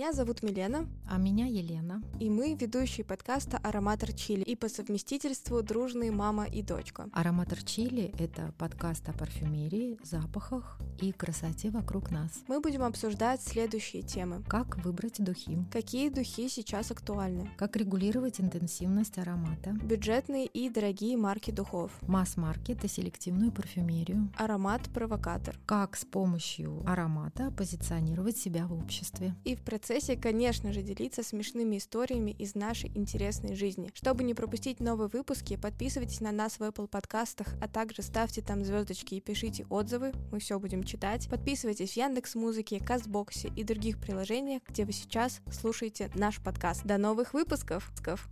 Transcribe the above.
Меня зовут Милена. А меня Елена. И мы ведущие подкаста «Ароматор Чили» и по совместительству дружные мама и дочка. «Ароматор Чили» — это подкаст о парфюмерии, запахах и красоте вокруг нас. Мы будем обсуждать следующие темы. Как выбрать духи? Какие духи сейчас актуальны? Как регулировать интенсивность аромата? Бюджетные и дорогие марки духов. Масс-маркет и селективную парфюмерию. Аромат-провокатор. Как с помощью аромата позиционировать себя в обществе. И в процессе, конечно же, делиться смешными историями из нашей интересной жизни. Чтобы не пропустить новые выпуски, подписывайтесь на нас в Apple подкастах, а также ставьте там звездочки и пишите отзывы, мы все будем читать. Подписывайтесь в Яндекс.Музыке, Кастбоксе и других приложениях, где вы сейчас слушаете наш подкаст. До новых выпусков!